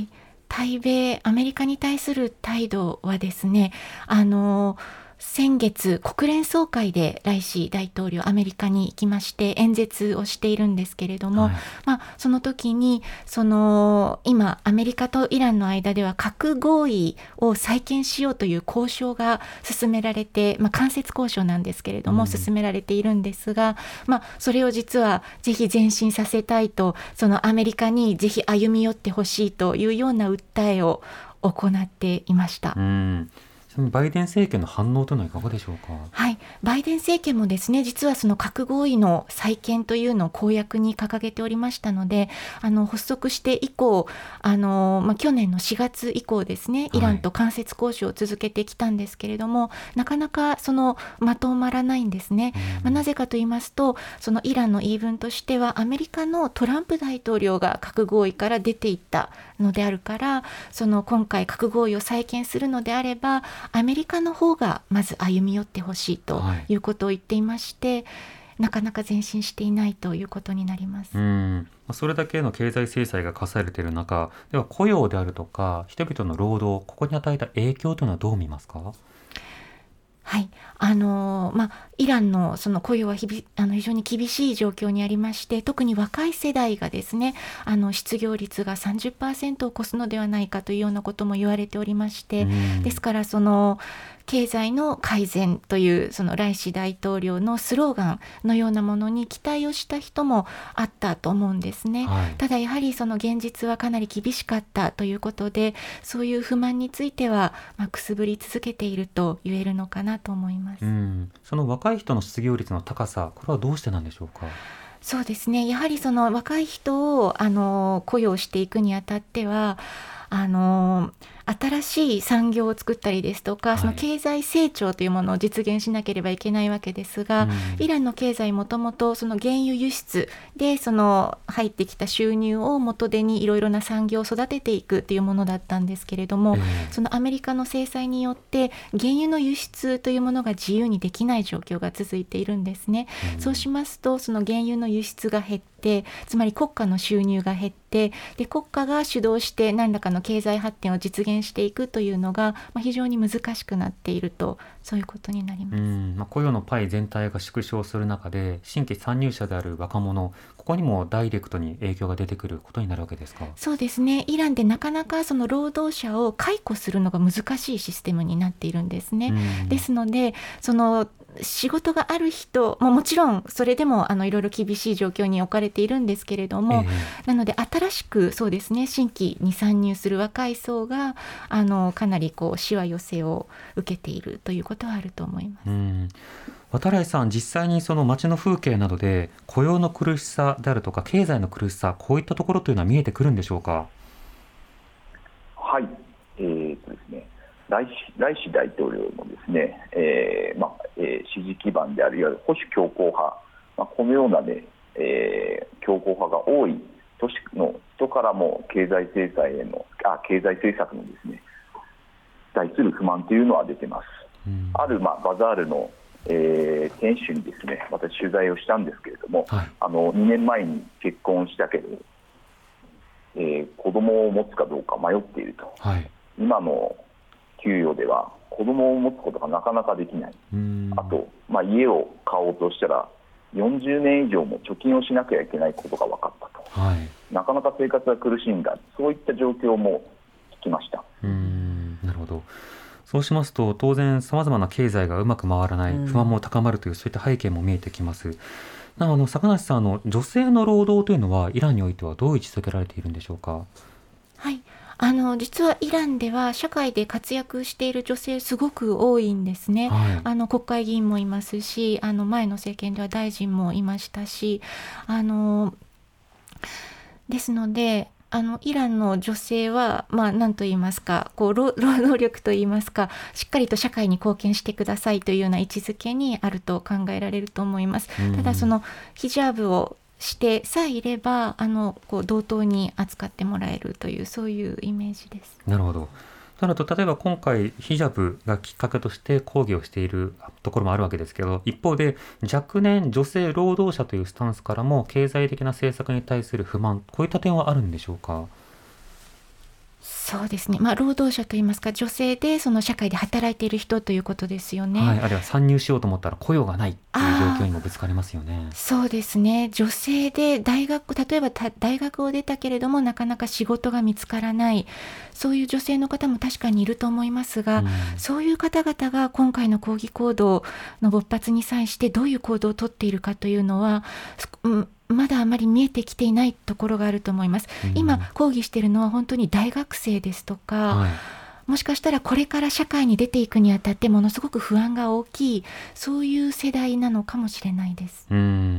対米アメリカに対する態度はですね、あの先月国連総会でライシ大統領アメリカに行きまして演説をしているんですけれども、はい、まあ、その時にその今アメリカとイランの間では核合意を再建しようという交渉が進められて、まあ、間接交渉なんですけれども、うん、進められているんですが、まあ、それを実はぜひ前進させたいと、そのアメリカにぜひ歩み寄ってほしいというような訴えを行っていました。うん、 バイデン政権の反応というのはいかがでしょうか。 はい、バイデン政権もですね、実はその核合意の再建というのを公約に掲げておりましたので、あの発足して以降、あの、まあ、去年のしがつ以降ですね、イランと間接交渉を続けてきたんですけれども、はい、なかなかそのまとまらないんですね。まあ、なぜかと言いますと、そのイランの言い分としては、アメリカのトランプ大統領が核合意から出ていったのであるから、その今回核合意を再建するのであればアメリカの方がまず歩み寄ってほしいということを言っていまして、はい、なかなか前進していないということになります。 うん、それだけの経済制裁が課されている中では、雇用であるとか人々の労働、ここに与えた影響というのはどう見ますか。 はい、あのまあ、イランのその雇用はひびあの非常に厳しい状況にありまして、特に若い世代がですね、あの失業率が さんじゅっパーセント を超すのではないかというようなことも言われておりまして、ですからその経済の改善というそのライシ大統領のスローガンのようなものに期待をした人もあったと思うんですね。はい、ただやはりその現実はかなり厳しかったということで、そういう不満については、まあ、くすぶり続けていると言えるのかなと思います。 うん、その若い人の失業率の高さ、これはどうしてなんでしょうか。 そうですね、やはりその若い人をあの雇用していくにあたっては、あの新しい産業を作ったりですとか、その経済成長というものを実現しなければいけないわけですが、はい、イランの経済もともとその原油輸出でその入ってきた収入を元手にいろいろな産業を育てていくというものだったんですけれども、えー、そのアメリカの制裁によって原油の輸出というものが自由にできない状況が続いているんですね。うん、そうしますと、その原油の輸出が減って、つまり国家の収入が減って、で国家が主導して何らかの経済発展を実現していくというのが、まあ、非常に難しくなっていると、そういうことになります。 うん、まあ、雇用のパイ全体が縮小する中で、新規参入者である若者、ここにもダイレクトに影響が出てくることになるわけですか。 そうですね、イランでなかなかその労働者を解雇するのが難しいシステムになっているんですね。うん、ですので、その仕事がある人ももちろんそれでもあのいろいろ厳しい状況に置かれているんですけれども、えー、なので新しくそうですね、新規に参入する若い層があのかなりこうしわ寄せを受けているということはあると思います。うん、 渡来さん、実際にその街の風景などで雇用の苦しさであるとか経済の苦しさ、こういったところというのは見えてくるんでしょうか。 はい、えーとですね、ライシ、ライシ大統領のですね、えーまあえー、支持基盤であるいわゆる保守強硬派、まあ、このような、ねえー、強硬派が多い都市の人からも経済制裁へのあ経済政策のですね対する不満というのは出てます。うん、ある、まあ、バザールの、えー、店主にですね、私取材をしたんですけれども、はい、あのにねんまえに結婚したけど、えー、子供を持つかどうか迷っていると、はい、今の給与では子供を持つことがなかなかできない。あと、まあ、家を買おうとしたらよんじゅうねん以上も貯金をしなきゃいけないことが分かったと、はい、なかなか生活が苦しいんだ、そういった状況も聞きました。 うーん、なるほど。そうしますと当然さまざまな経済がうまく回らない、不安も高まるという、そういった背景も見えてきます。なお、あの坂梨さん、あの女性の労働というのはイランにおいてはどう位置づけられているんでしょうか。 はい、あの実はイランでは社会で活躍している女性すごく多いんですね。はい、あの国会議員もいますし、あの前の政権では大臣もいましたし、あのですのであのイランの女性は、まあ、何と言いますか、こう労働力と言いますか、しっかりと社会に貢献してくださいというような位置づけにあると考えられると思います。ただそのヒジャーブをしてさえいればあのこう同等に扱ってもらえるという、そういうイメージです。 なるほど。となると、例えば今回ヒジャブがきっかけとして抗議をしているところもあるわけですけど、一方で若年女性労働者というスタンスからも経済的な政策に対する不満、こういった点はあるんでしょうか。 そうですね、まあ、労働者といいますか女性でその社会で働いている人ということですよね、 はい、あるいは参入しようと思ったら雇用がないという状況にもぶつかりますよね。 そうですね、女性で大学例えば大学を出たけれどもなかなか仕事が見つからない、そういう女性の方も確かにいると思いますが、うん、そういう方々が今回の抗議行動の勃発に際してどういう行動をとっているかというのは、うんまだあまり見えてきていないところがあると思います、うん、今抗議しているのは本当に大学生ですとか、はい、もしかしたらこれから社会に出ていくにあたってものすごく不安が大きい、そういう世代なのかもしれないです。 うん、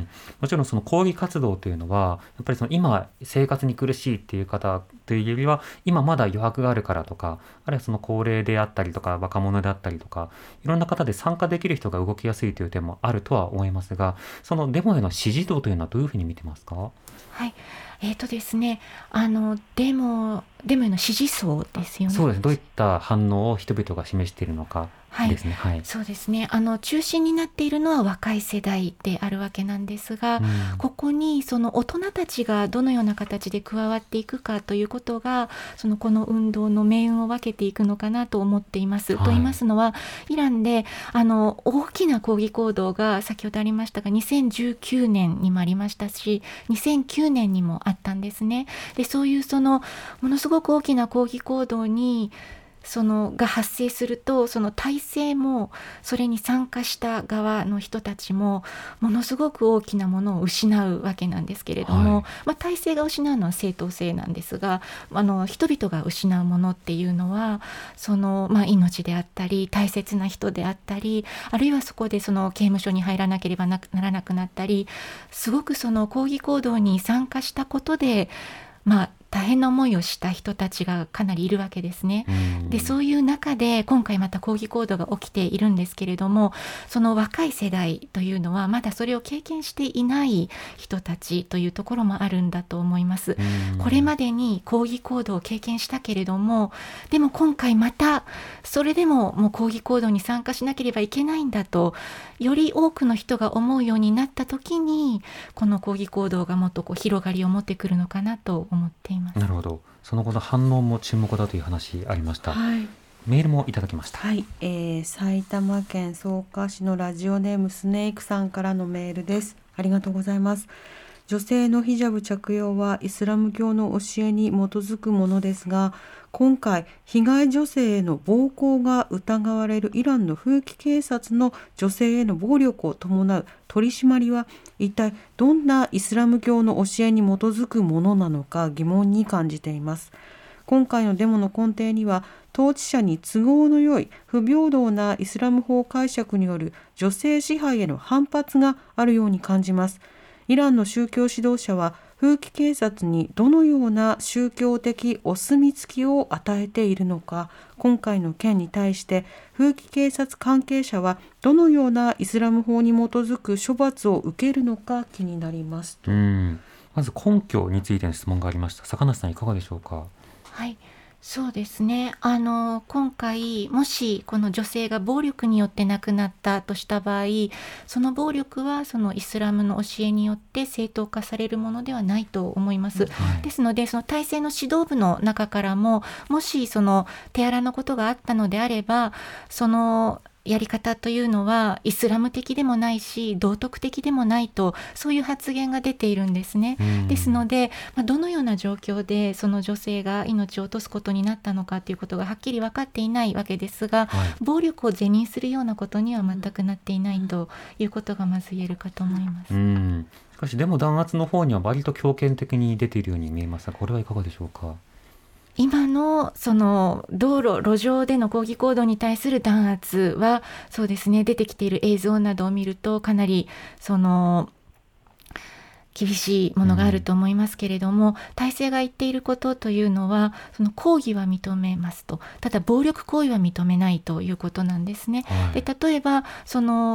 もちろんその抗議活動というのはやっぱりその今生活に苦しいっていう方というよりは今まだ余白があるからとか、あるいはその高齢であったりとか若者であったりとかいろんな方で参加できる人が動きやすいという点もあるとは思いますが、そのデモへの支持度というのはどういうふうに見てますか？ はい、えーとですね、あのデモ、デモへの支持層ですよね。 そうです。どういった反応を人々が示しているのかですね。 はいはい、そうですね、あの中心になっているのは若い世代であるわけなんですが、うん、ここにその大人たちがどのような形で加わっていくかということがそのこの運動の命運を分けていくのかなと思っています、はい、と言いますのはイランであの大きな抗議行動が先ほどありましたがにせんじゅうきゅうねんにもありましたしにせんきゅうねんにもあったんですね。でそういうそのものすごく大きな抗議行動にそのが発生するとその体制もそれに参加した側の人たちもものすごく大きなものを失うわけなんですけれども、はい、まあ、体制が失うのは正当性なんですがあの人々が失うものっていうのはその、まあ、命であったり大切な人であったりあるいはそこでその刑務所に入らなければならなくなったりすごくその抗議行動に参加したことでまあ大変な思いをした人たちがかなりいるわけですね。でそういう中で今回また抗議行動が起きているんですけれどもその若い世代というのはまだそれを経験していない人たちというところもあるんだと思います。これまでに抗議行動を経験したけれどもでも今回またそれでももう抗議行動に参加しなければいけないんだとより多くの人が思うようになった時にこの抗議行動がもっとこう広がりを持ってくるのかなと思っています。 なるほど。その後の反応も注目だという話ありました、はい、メールもいただきました、 はいえー、埼玉県草加市のラジオネームスネークさんからのメールです。ありがとうございます。女性のヒジャブ着用はイスラム教の教えに基づくものですが今回被害女性への暴行が疑われるイランの風紀警察の女性への暴力を伴う取り締まりは一体どんなイスラム教の教えに基づくものなのか疑問に感じています。今回のデモの根底には統治者に都合の良い不平等なイスラム法解釈による女性支配への反発があるように感じます。イランの宗教指導者は風紀警察にどのような宗教的お墨付きを与えているのか、今回の件に対して風紀警察関係者はどのようなイスラム法に基づく処罰を受けるのか気になります。 うんまず根拠についての質問がありました。坂梨さんいかがでしょうか。 はい、そうですね、あの今回もしこの女性が暴力によって亡くなったとした場合その暴力はそのイスラムの教えによって正当化されるものではないと思います、はい、ですのでその体制の指導部の中からももしその手荒なことがあったのであればそのやり方というのはイスラム的でもないし道徳的でもないとそういう発言が出ているんですね。ですので、まあ、どのような状況でその女性が命を落とすことになったのかということがはっきり分かっていないわけですが、はい、暴力を是認するようなことには全くなっていないということがまず言えるかと思います。 うんしかしでも弾圧の方には割と強権的に出ているように見えますがこれはいかがでしょうか。 今のその道路路上での抗議行動に対する弾圧はそうですね出てきている映像などを見るとかなりその厳しいものがあると思いますけれども、うん、体制が言っていることというのはその抗議は認めますとただ暴力行為は認めないということなんですね、はい、で例えばその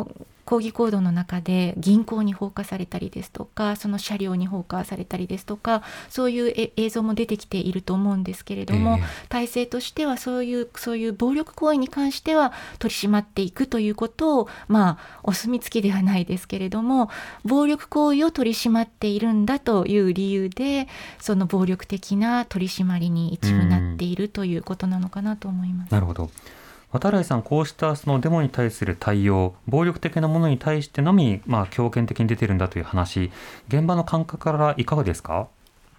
抗議行動の中で銀行に放火されたりですとか、その車両に放火されたりですとか、そういう映像も出てきていると思うんですけれども、えー、体制としてはそういうそういう暴力行為に関しては取り締まっていくということを、まあお墨付きではないですけれども、暴力行為を取り締まっているんだという理由で、その暴力的な取り締まりに一部なっているということなのかなと思います。 なるほど。渡来さん、こうしたそのデモに対する対応、暴力的なものに対してのみ、まあ、強権的に出ているんだという話、現場の感覚からいかがですか？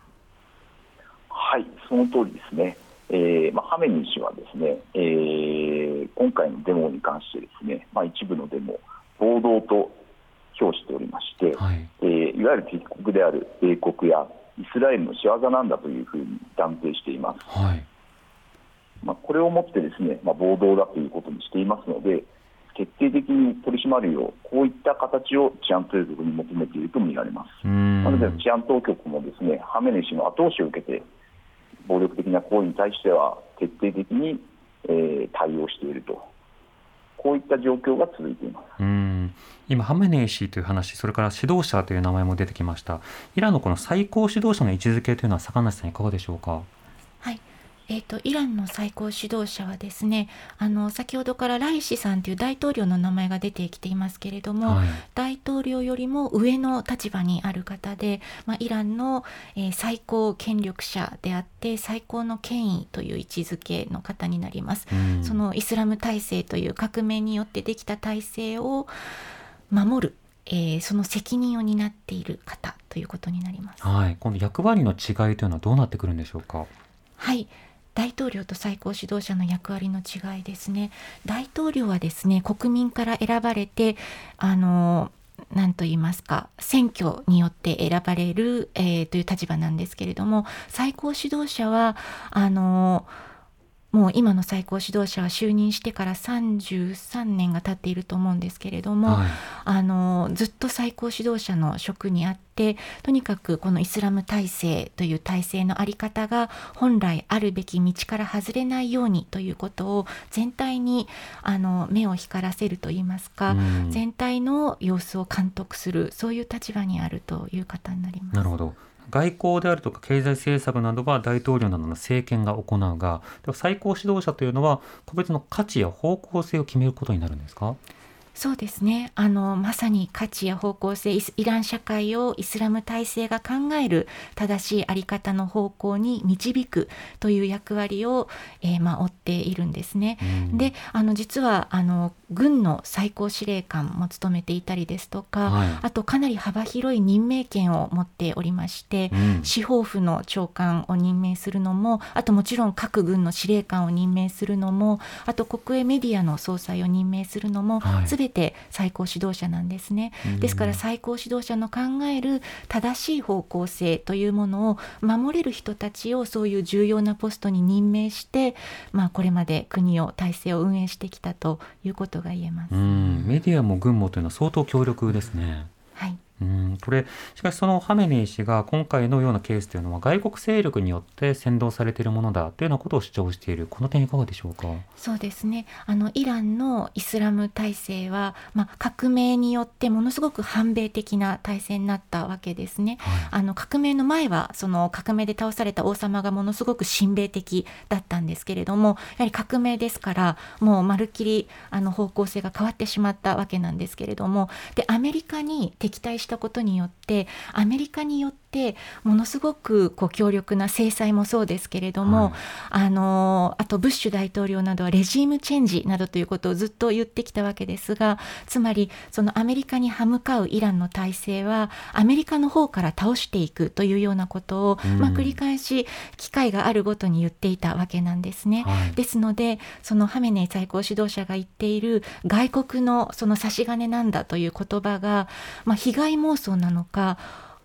はい、その通りですね。えーまあ、ハメネイ師はですね、えー、今回のデモに関してですね、まあ、一部のデモ暴動と評しておりまして、はい、えー、いわゆる敵国である米国やイスラエルの仕業なんだというふうに断定しています。はい、まあ、これをもってですね、まあ、暴動だということにしていますので、徹底的に取り締まるよう、こういった形を治安当局に求めていると見られます。なので治安当局もですね、ハメネイ師の後押しを受けて暴力的な行為に対しては徹底的に、えー、対応していると、こういった状況が続いています。 うーん、今ハメネイ師という話、それから指導者という名前も出てきました。イランのこの最高指導者の位置づけというのは坂梨さんいかがでしょうか？ はい、えーと、イランの最高指導者はですね、あの先ほどからライシさんという大統領の名前が出てきていますけれども、はい、大統領よりも上の立場にある方で、まあ、イランの、えー、最高権力者であって最高の権威という位置づけの方になります。そのイスラム体制という革命によってできた体制を守る、えー、その責任を担っている方ということになります。 はい、この役割の違いというのはどうなってくるんでしょうか？ はい、大統領と最高指導者の役割の違いですね。大統領はですね、国民から選ばれて、あの何と言いますか、選挙によって選ばれる、えー、という立場なんですけれども、最高指導者はあのもう今の最高指導者は就任してからさんじゅうさんねんが経っていると思うんですけれども、はい、あのずっと最高指導者の職にあって、とにかくこのイスラム体制という体制の在り方が本来あるべき道から外れないようにということを全体にあの目を光らせるといいますか、全体の様子を監督する、そういう立場にあるという方になります。 なるほど。外交であるとか経済政策などは大統領などの政権が行うが、最高指導者というのは個別の価値や方向性を決めることになるんですか？ そうですね、あのまさに価値や方向性、イラン社会をイスラム体制が考える正しいあり方の方向に導くという役割を、えーまあ、負っているんですね。で、あの実はあの軍の最高司令官も務めていたりですとか、はい、あとかなり幅広い任命権を持っておりまして、うん、司法府の長官を任命するのも、あともちろん各軍の司令官を任命するのも、あと国営メディアの総裁を任命するのも、はい、全て最高指導者なんですね。ですから最高指導者の考える正しい方向性というものを守れる人たちをそういう重要なポストに任命して、まあ、これまで国を体制を運営してきたということが言えます。 うん、メディアも軍もというのは相当強力ですね。 はい、 うんこれしかしそのハメネイ師が今回のようなケースというのは外国勢力によって扇動されているものだというようなことを主張している、この点いかがでしょうか？ そうですね、あのイランのイスラム体制は、まあ、革命によってものすごく反米的な体制になったわけですね。はい、あの革命の前はその革命で倒された王様がものすごく親米的だったんですけれども、やはり革命ですからもうまるっきりあの方向性が変わってしまったわけなんですけれども、でアメリカに敵対したことによってアメリカによってものすごくこう強力な制裁もそうですけれども、はい、あのあとブッシュ大統領などはレジームチェンジなどということをずっと言ってきたわけですが、つまりそのアメリカに歯向かうイランの体制はアメリカの方から倒していくというようなことを、まあ、繰り返し機会があるごとに言っていたわけなんですね。はい、ですのでそのハメネイ最高指導者が言っている外国のその差し金なんだという言葉が、まあ、被害妄想なのか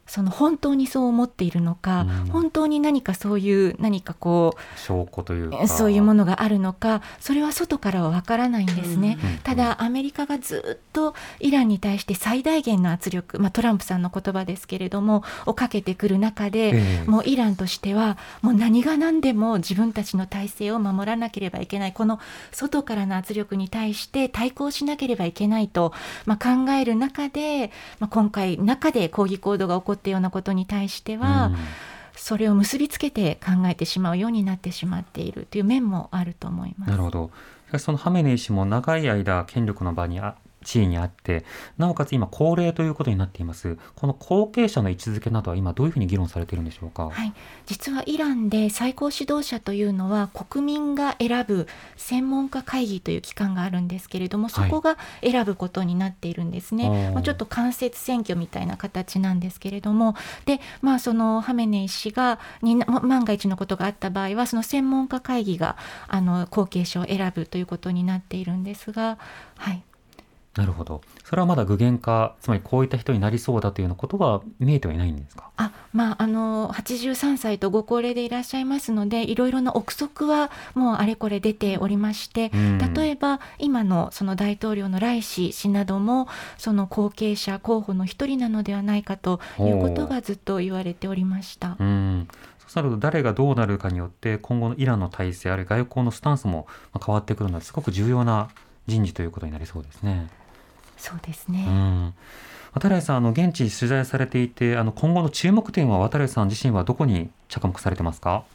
その本当にそう思っているのか、うん、本当に何かそういう何かこう証拠というかそういうものがあるのか、それは外からはわからないんですね、うん、ただアメリカがずっとイランに対して最大限の圧力、まあ、トランプさんの言葉ですけれどもをかけてくる中で、えー、もうイランとしてはもう何が何でも自分たちの体制を守らなければいけない、この外からの圧力に対して対抗しなければいけないと、まあ、考える中で、まあ、今回中で抗議行動が起こったようなことに対しては、うん、それを結びつけて考えてしまうようになってしまっているという面もあると思います。 なるほど。そのハメネイ師も長い間権力の場にあ地位にあって、なおかつ今高齢ということになっています。この後継者の位置づけなどは今どういうふうに議論されているんでしょうか。 はい、実はイランで最高指導者というのは国民が選ぶ専門家会議という機関があるんですけれども、そこが選ぶことになっているんですね、はい、まあ、ちょっと間接選挙みたいな形なんですけれども、で、まあ、そのハメネイ師がに万が一のことがあった場合はその専門家会議があの後継者を選ぶということになっているんですが、はい、 なるほど。それはまだ具現化、つまりこういった人になりそうだというようなことは見えてはいないんですか。 あ、まあ、あのはちじゅうさんさいとご高齢でいらっしゃいますので、いろいろな憶測はもうあれこれ出ておりまして、うん、例えば今のその大統領のライシ氏などもその後継者候補の一人なのではないかということがずっと言われておりました。 うん、そうなると誰がどうなるかによって今後のイランの体制あるいは外交のスタンスも変わってくるのですごく重要な人事ということになりそうですね。 そうですね、 うん、渡来さん、あの現地取材されていて、あの今後の注目点は渡来さん自身はどこに着目されてますか。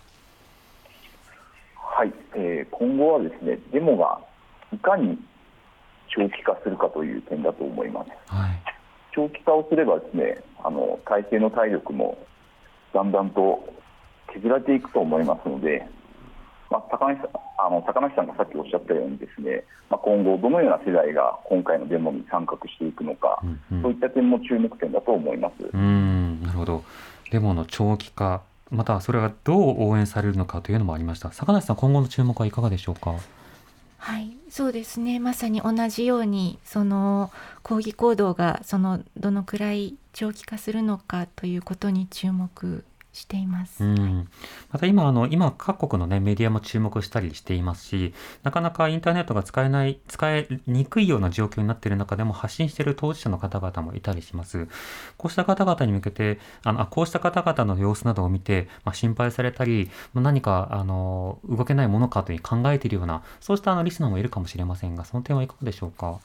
はい、えー、今後はですね、デモがいかに長期化するかという点だと思います、はい、長期化をすればですね、あの体制の体力もだんだんと削られていくと思いますので、まあ、高梨さん、あの高梨さんがさっきおっしゃったようにですね、まあ、今後どのような世代が今回のデモに参画していくのか、うんうん、そういった点も注目点だと思います。 うーん、なるほど。デモの長期化、またそれがどう応援されるのかというのもありました。坂梨さん、今後の注目はいかがでしょうか。 はい、そうですね、まさに同じようにその抗議行動がそのどのくらい長期化するのかということに注目しています。 うん、また今あの今各国の、ね、メディアも注目したりしていますし、なかなかインターネットが使えない使えにくいような状況になっている中でも発信している当事者の方々もいたりします。こうした方々に向けてあのこうした方々の様子などを見て、まあ、心配されたり何かあの動けないものかという考えているようなそうしたあのリスナーもいるかもしれませんが、その点はいかがでしょうか。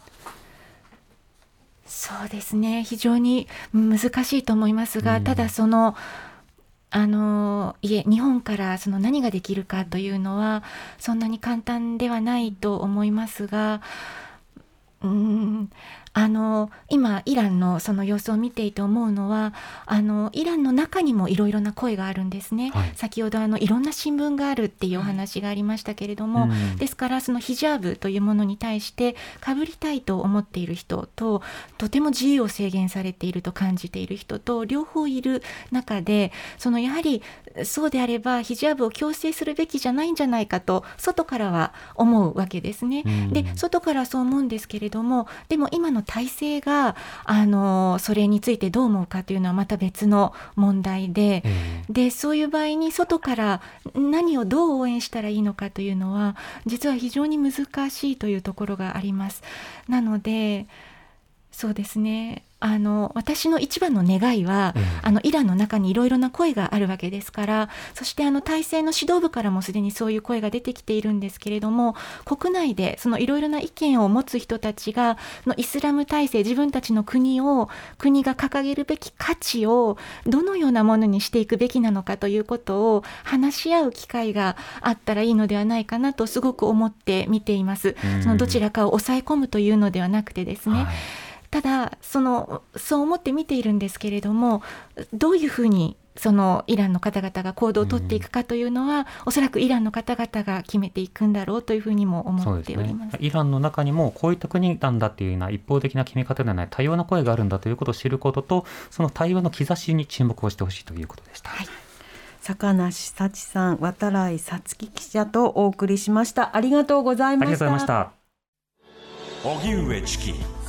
そうですね、非常に難しいと思いますが、うん、ただそのあのいえ日本からその何ができるかというのはそんなに簡単ではないと思いますが、うーんあの今イランのその様子を見ていて思うのは、あのイランの中にもいろいろな声があるんですね、はい、先ほどあのいろんな新聞があるっていうお話がありましたけれども、うん、ですからそのヒジャーブというものに対してかぶりたいと思っている人と、とても自由を制限されていると感じている人と両方いる中で、そのやはりそうであればヒジャーブを強制するべきじゃないんじゃないかと外からは思うわけですね、うん、で外からそう思うんですけれども、でも今の体制があのそれについてどう思うかというのはまた別の問題で、うん、でそういう場合に外から何をどう応援したらいいのかというのは実は非常に難しいというところがあります。なのでそうですね、あの私の一番の願いは、うん、あのイランの中にいろいろな声があるわけですから、そしてあの体制の指導部からもすでにそういう声が出てきているんですけれども、国内でそのいろいろな意見を持つ人たちがのイスラム体制、自分たちの国を国が掲げるべき価値をどのようなものにしていくべきなのかということを話し合う機会があったらいいのではないかなとすごく思って見ています。そのどちらかを抑え込むというのではなくてですね、はい、ただそのそう思って見ているんですけれども、どういうふうにそのイランの方々が行動を取っていくかというのは、うん、おそらくイランの方々が決めていくんだろうというふうにも思っております。 そうですね、イランの中にもこういった国なんだっていうような一方的な決め方ではない多様な声があるんだということを知ることと、その対話の兆しに注目をしてほしいということでした。はい、 坂梨幸さん、渡来さつき記者とお送りしました。ありがとうございました。 ありがとうございました。 荻上チキ